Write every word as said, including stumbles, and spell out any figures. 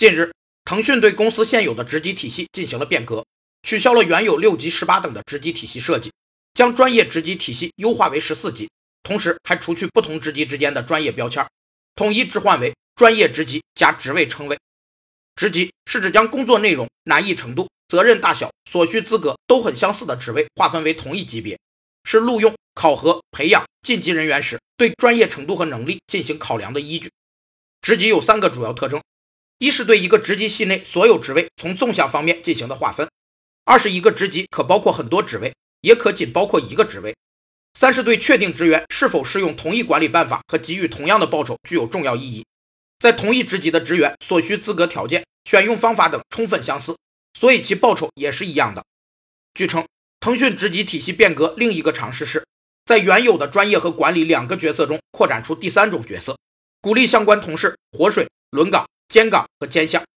近日，腾讯对公司现有的职级体系进行了变革，取消了原有六级、十八等的职级体系设计，将专业职级体系优化为十四级，同时还除去不同职级之间的专业标签，统一置换为专业职级加职位称谓。职级是指将工作内容、难易程度、责任大小、所需资格都很相似的职位划分为同一级别，是录用、考核、培养晋级人员时对专业程度和能力进行考量的依据。职级有三个主要特征：一是对一个职级系内所有职位从纵向方面进行的划分；二是一个职级可包括很多职位，也可仅包括一个职位；三是对确定职员是否适用同一管理办法和给予同样的报酬具有重要意义。在同一职级的职员所需资格条件、选用方法等充分相似，所以其报酬也是一样的。据称，腾讯职级体系变革另一个尝试是在原有的专业和管理两个角色中扩展出第三种角色，鼓励相关同事活水、轮岗、兼岗和兼项。